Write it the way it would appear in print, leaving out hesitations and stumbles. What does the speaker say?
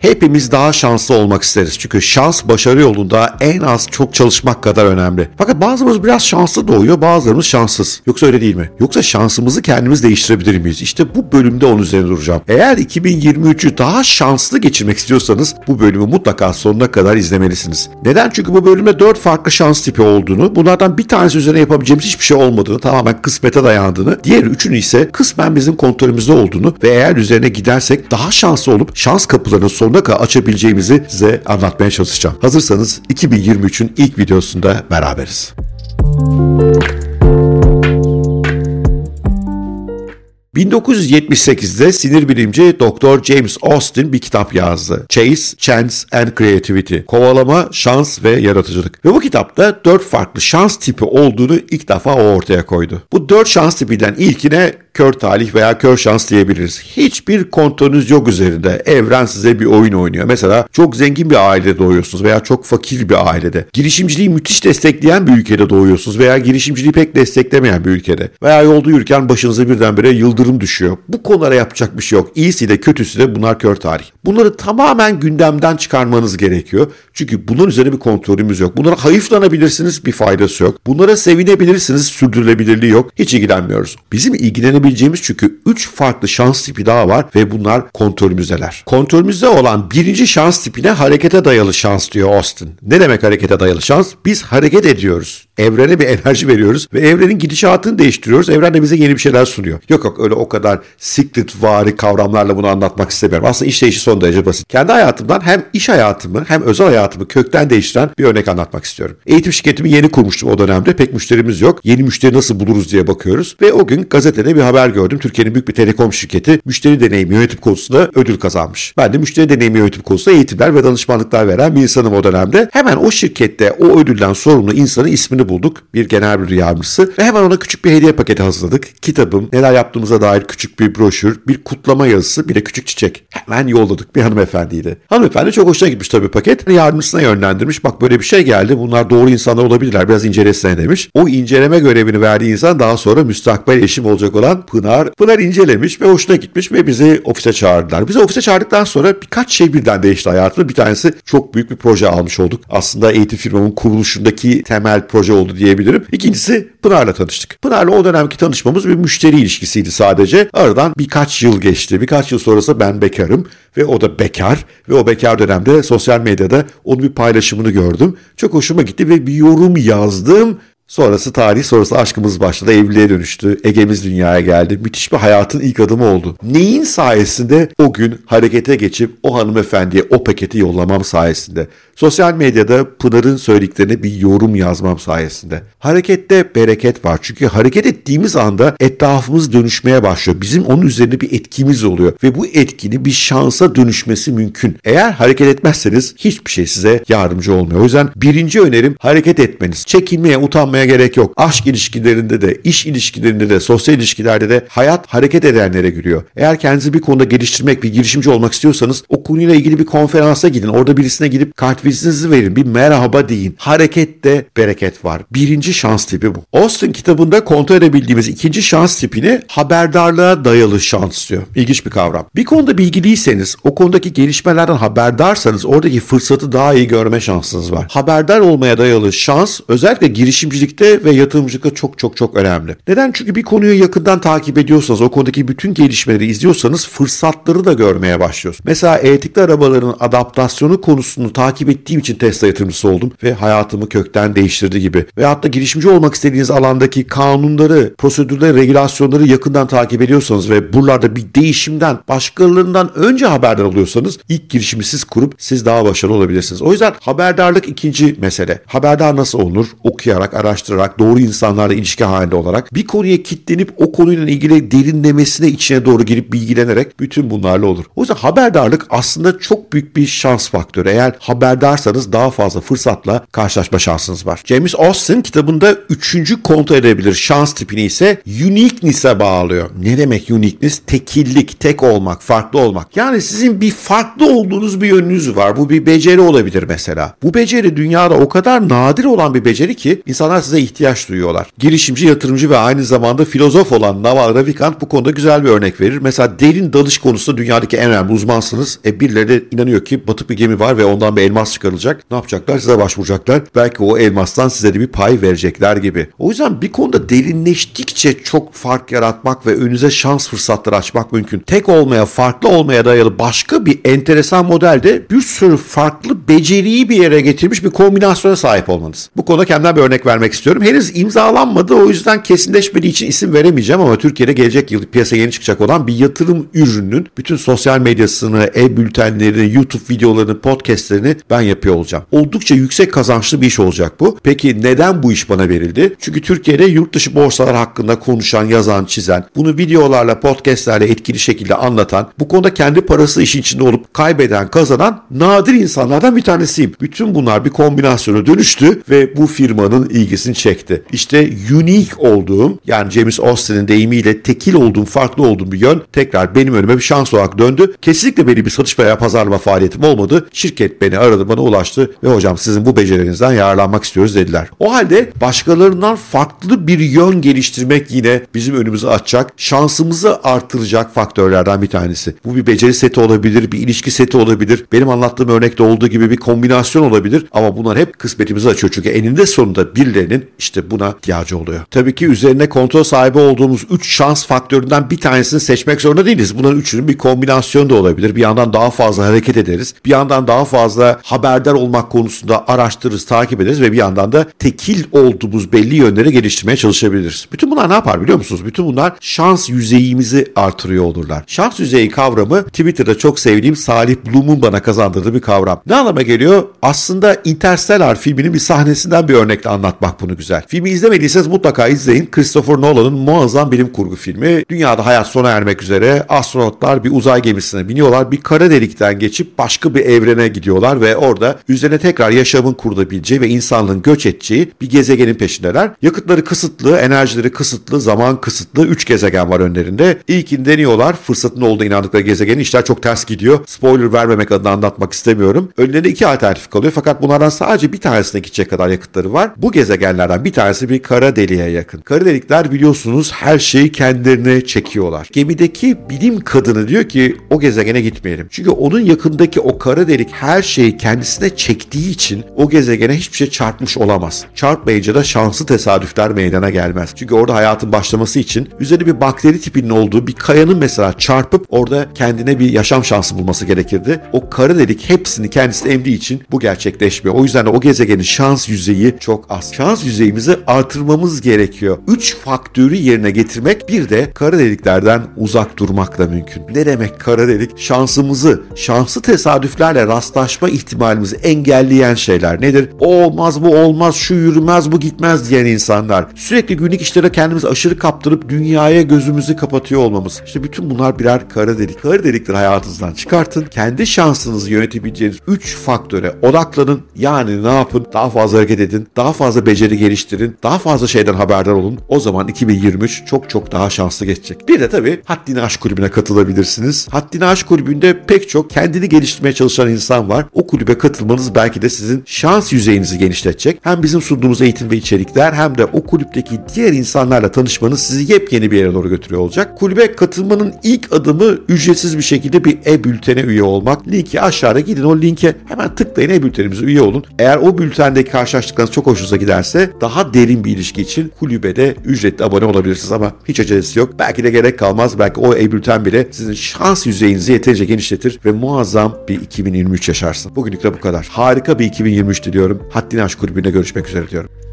Hepimiz daha şanslı olmak isteriz. Çünkü şans başarı yolunda en az çok çalışmak kadar önemli. Fakat bazılarımız biraz şanslı doğuyor, bazılarımız şanssız. Yoksa öyle değil mi? Yoksa şansımızı kendimiz değiştirebilir miyiz? İşte bu bölümde onun üzerine duracağım. Eğer 2023'ü daha şanslı geçirmek istiyorsanız bu bölümü mutlaka sonuna kadar izlemelisiniz. Neden? Çünkü bu bölümde 4 farklı şans tipi olduğunu, bunlardan bir tanesi üzerine yapabileceğimiz hiçbir şey olmadığını, tamamen kısmete dayandığını, diğer üçünün ise kısmen bizim kontrolümüzde olduğunu ve eğer üzerine gidersek daha şanslı olup şans kapılarını sonuna kadar açabileceğimizi size anlatmaya çalışacağım. Hazırsanız 2023'ün ilk videosunda beraberiz. 1978'de sinir bilimci Dr. James Austin bir kitap yazdı. Chase, Chance and Creativity. Kovalama, şans ve yaratıcılık. Ve bu kitapta 4 farklı şans tipi olduğunu ilk defa o ortaya koydu. Bu 4 şans tipinden ilkine kör talih veya kör şans diyebiliriz. Hiçbir kontrolünüz yok üzerinde. Evren size bir oyun oynuyor. Mesela çok zengin bir ailede doğuyorsunuz veya çok fakir bir ailede. Girişimciliği müthiş destekleyen bir ülkede doğuyorsunuz veya girişimciliği pek desteklemeyen bir ülkede. Veya yolda yürürken başınıza birdenbire yıldırım düşüyor. Bu konulara yapacak bir şey yok. İyisi de kötüsü de bunlar kör talih. Bunları tamamen gündemden çıkarmanız gerekiyor. Çünkü bunun üzerine bir kontrolümüz yok. Bunlara hayıflanabilirsiniz, bir faydası yok. Bunlara sevinebilirsiniz, sürdürülebilirliği yok. Hiç ilgilenmiyoruz. Bizim ilgilenebileceğimiz çünkü 3 farklı şans tipi daha var ve bunlar kontrolümüzdeler. Kontrolümüzde olan birinci şans tipine harekete dayalı şans diyor Austin. Ne demek harekete dayalı şans? Biz hareket ediyoruz. Evrene bir enerji veriyoruz ve evrenin gidişatını değiştiriyoruz. Evren de bize yeni bir şeyler sunuyor. Yok öyle o kadar sikletvari kavramlarla bunu anlatmak istemiyorum. Aslında işleyişi son derece basit. Kendi hayatımdan hem iş hayatımı hem özel hayatımı kökten değiştiren bir örnek anlatmak istiyorum. Eğitim şirketimi yeni kurmuştum o dönemde. Pek müşterimiz yok. Yeni müşteri nasıl buluruz diye bakıyoruz. Ve o gün gazetede bir haber gördüm. Türkiye'nin büyük bir telekom şirketi müşteri deneyimi yönetim konusunda ödül kazanmış. Ben de müşteri deneyimi yönetim konusunda eğitimler ve danışmanlıklar veren bir insanım o dönemde. Hemen o şirkette o ödülden sorumlu insanın ismini bulduk. Bir genel müdür yardımcısı. Ve hemen ona küçük bir hediye paketi hazırladık. Kitabım, neler yaptığımıza dair küçük bir broşür, bir kutlama yazısı, bir de küçük çiçek. Hemen yolladık. Bir hanımefendiydi. Hanımefendi çok hoşuna gitmiş tabii paket. Yardımcısına yönlendirmiş. Bak böyle bir şey geldi. Bunlar doğru insanlar olabilirler. Biraz incelesene demiş. O inceleme görevini verdiği insan daha sonra müstakbel eşim olacak olan Pınar. Pınar incelemiş ve hoşuna gitmiş ve bizi ofise çağırdılar. Bizi ofise çağırdıktan sonra birkaç şey birden değişti hayatımda. Bir tanesi çok büyük bir proje almış olduk. Aslında eğitim firmamın kuruluşundaki temel proje oldu diyebilirim. İkincisi Pınar'la tanıştık. Pınar'la o dönemki tanışmamız bir müşteri ilişkisiydi sadece. Aradan birkaç yıl geçti. Birkaç yıl sonrası ben bekarım ve o da bekar ve o bekar dönemde sosyal medyada onun bir paylaşımını gördüm. Çok hoşuma gitti ve bir yorum yazdım. Sonrası tarih, sonrası aşkımız başladı, evliliğe dönüştü, Ege'miz dünyaya geldi. Müthiş bir hayatın ilk adımı oldu. Neyin sayesinde? O gün harekete geçip o hanımefendiye o paketi yollamam sayesinde. Sosyal medyada Pınar'ın söylediklerine bir yorum yazmam sayesinde. Harekette bereket var. Çünkü hareket ettiğimiz anda etrafımız dönüşmeye başlıyor. Bizim onun üzerine bir etkimiz oluyor. Ve bu etkinin bir şansa dönüşmesi mümkün. Eğer hareket etmezseniz hiçbir şey size yardımcı olmuyor. O yüzden birinci önerim hareket etmeniz. Çekinmeye, utanmaya gerek yok. Aşk ilişkilerinde de, iş ilişkilerinde de, sosyal ilişkilerde de hayat hareket edenlere gülüyor. Eğer kendinizi bir konuda geliştirmek, bir girişimci olmak istiyorsanız o konuyla ilgili bir konferansa gidin. Orada birisine gidip kartvizinizi verin. Bir merhaba deyin. Harekette bereket var. Birinci şans tipi bu. Austin kitabında kontrol edebildiğimiz ikinci şans tipini haberdarlığa dayalı şans diyor. İlginç bir kavram. Bir konuda bilgiliyseniz, o konudaki gelişmelerden haberdarsanız oradaki fırsatı daha iyi görme şansınız var. Haberdar olmaya dayalı şans özellikle girişimcilikte ve yatırımcılıkta çok önemli. Neden? Çünkü bir konuyu yakından takip ediyorsanız, o konudaki bütün gelişmeleri izliyorsanız fırsatları da görmeye başlıyorsunuz. Mesela elektrikli arabaların adaptasyonu konusunu takip ettiğim için Tesla yatırımcısı oldum ve hayatımı kökten değiştirdi gibi. Veyahut da girişimci olmak istediğiniz alandaki kanunları, prosedürleri, regülasyonları yakından takip ediyorsanız ve buralarda bir değişimden, başkalarından önce haberdar oluyorsanız ilk girişimi siz kurup siz daha başarılı olabilirsiniz. O yüzden haberdarlık ikinci mesele. Haberdar nasıl olunur? Okuyarak, araştırarak, doğru insanlarla ilişki halinde olarak, bir konuya kitlenip o konuyla ilgili derinlemesine içine doğru girip bilgilenerek bütün bunlarla olur. O yüzden haberdarlık aslında çok büyük bir şans faktörü. Eğer haberdarsanız daha fazla fırsatla karşılaşma şansınız var. James Austin kitabında 3. kontrol edebilir şans tipini ise uniqueness'e bağlıyor. Ne demek uniqueness? Tekillik, tek olmak, farklı olmak. Yani sizin bir farklı olduğunuz bir yönünüz var. Bu bir beceri olabilir mesela. Bu beceri dünyada o kadar nadir olan bir beceri ki insanlar size ihtiyaç duyuyorlar. Girişimci, yatırımcı ve aynı zamanda filozof olan Naval Ravikant bu konuda güzel bir örnek verir. Mesela derin dalış konusunda dünyadaki en önemli uzmansınız. Birileri de inanıyor ki batık bir gemi var ve ondan bir elmas çıkarılacak. Ne yapacaklar? Size başvuracaklar. Belki o elmastan size de bir pay verecekler gibi. O yüzden bir konuda derinleştikçe çok fark yaratmak ve önünüze şans fırsatları açmak mümkün. Tek olmaya, farklı olmaya dayalı başka bir enteresan modelde bir sürü farklı beceriyi bir yere getirmiş bir kombinasyona sahip olmanız. Bu konuda kendimden bir örnek vermek istiyorum. Henüz imzalanmadı, o yüzden kesinleşmediği için isim veremeyeceğim ama Türkiye'de gelecek yıl piyasaya yeni çıkacak olan bir yatırım ürününün bütün sosyal medyasını, e-bültenlerini, YouTube videolarını, podcastlerini ben yapıyor olacağım. Oldukça yüksek kazançlı bir iş olacak bu. Peki neden bu iş bana verildi? Çünkü Türkiye'de yurt dışı borsalar hakkında konuşan, yazan, çizen, bunu videolarla, podcastlerle etkili şekilde anlatan, bu konuda kendi parası işin içinde olup kaybeden, kazanan nadir insanlardan bir tanesiyim. Bütün bunlar bir kombinasyona dönüştü ve bu firmanın ilgisini çekti. İşte unique olduğum, yani James Austin'in deyimiyle tekil olduğum, farklı olduğum bir yön tekrar benim önüme bir şans olarak döndü. Kesinlikle benim bir satış veya pazarlama faaliyetim olmadı. Şirket beni aradı, bana ulaştı ve hocam sizin bu becerinizden yararlanmak istiyoruz dediler. O halde başkalarından farklı bir yön geliştirmek yine bizim önümüzü açacak, şansımızı artıracak faktörlerden bir tanesi. Bu bir beceri seti olabilir, bir ilişki seti olabilir. Benim anlattığım örnekte olduğu gibi bir kombinasyon olabilir ama bunlar hep kısmetimizi açıyor. Çünkü eninde sonunda birilerinin işte buna ihtiyacı oluyor. Tabii ki üzerine kontrol sahibi olduğumuz 3 şans faktöründen bir tanesini seçmek zorunda değiliz. Bunların üçünün bir kombinasyonu da olabilir. Bir yandan daha fazla hareket ederiz. Bir yandan daha fazla haberdar olmak konusunda araştırırız, takip ederiz ve bir yandan da tekil olduğumuz belli yönleri geliştirmeye çalışabiliriz. Bütün bunlar ne yapar biliyor musunuz? Bütün bunlar şans yüzeyimizi artırıyor olurlar. Şans yüzeyi kavramı Twitter'da çok sevdiğim Salih Bloom'un bana kazandırdığı bir kavram. Ne anlama geliyor? Aslında Interstellar filminin bir sahnesinden bir örnekle anlatmak bunu güzel. Filmi izlemediyseniz mutlaka izleyin. Christopher Nolan'ın muazzam bilim kurgu filmi. Dünyada hayat sona ermek üzere astronotlar bir uzay gemisine biniyorlar. Bir kara delikten geçip başka bir evrene gidiyorlar ve orada üzerine tekrar yaşamın kurulabileceği ve insanlığın göç edeceği bir gezegenin peşindeler. Yakıtları kısıtlı, enerjileri kısıtlı, zaman kısıtlı 3 gezegen var önlerinde. İlkini deniyorlar. Fırsatın olduğuna inandıkları gezegenin işler çok ters gidiyor. Spoiler vermemek adına anlatmak istemiyorum. Önlerinde 2 alternatif kalıyor fakat bunlardan sadece bir tanesine gidecek kadar yakıtları var. Bu gezegenlerden bir tanesi bir kara deliğe yakın. Kara delikler biliyorsunuz her şeyi kendilerine çekiyorlar. Gemideki bilim kadını diyor ki o gezegene gitmeyelim. Çünkü onun yakındaki o kara delik her şeyi kendisine çektiği için o gezegene hiçbir şey çarpmış olamaz. Çarpmayınca da şanslı tesadüfler meydana gelmez. Çünkü orada hayatın başlaması için üzerinde bir bakteri tipinin olduğu bir kayanın mesela çarpıp orada kendine bir yaşam şansı bulması gerekirdi. O kara delik hepsini kendisine emdiği için bu gerçekleşmiyor. O yüzden de o gezegenin şans yüzeyi çok az. Şans yüzeyimizi artırmamız gerekiyor. 3 faktörü yerine getirmek, bir de kara deliklerden uzak durmakla mümkün. Ne demek kara delik? Şansımızı, şanslı tesadüflerle rastlaşma ihtimalimizi engelleyen şeyler nedir? O olmaz, bu olmaz, şu yürümez, bu gitmez diyen insanlar. Sürekli günlük işlere kendimizi aşırı kaptırıp dünyaya gözümüzü kapatıyor olmamız. İşte bütün bunlar birer kara delik. Kara delikleri hayatınızdan çıkartın. Kendi şansınızı yönetebileceğiniz 3 faktöre odaklanın. Yani ne yapın? Daha fazla hareket edin. Daha fazla beceri geliştirin. Daha fazla şeyden haberdar olun. O zaman 2023 çok çok daha şanslı geçecek. Bir de tabii Haddini Aşk Kulübü'ne katılabilirsiniz. Haddini Aşk Kulübü'nde pek çok kendini geliştirmeye çalışan insan var. O kulübe katılmanız belki de sizin şans yüzeyinizi genişletecek. Hem bizim sunduğumuz eğitim ve içerikler hem de o kulüpteki diğer insanlarla tanışmanız sizi yepyeni bir yere doğru götürüyor olacak. Kulübe katılmanın ilk adımı ücretsiz bir şekilde bir e-bültene üye olmak. Linki aşağıda, gidin o linke hemen tıklayın, e-bültenimize üye olun. Eğer o bültendeki karşılaştıklarınız çok hoşunuza giderse daha derin bir ilişki için kulübede ücretli abone olabilirsiniz ama hiç acelesi yok. Belki de gerek kalmaz. Belki o e-bülten bile sizin şans yüzeyinizi yeterince genişletir ve muazzam bir 2023 yaşarsın. Bugünlük de bu kadar. Harika bir 2023 diliyorum. Haddini Aşk Kulübü'nde görüşmek üzere diyorum.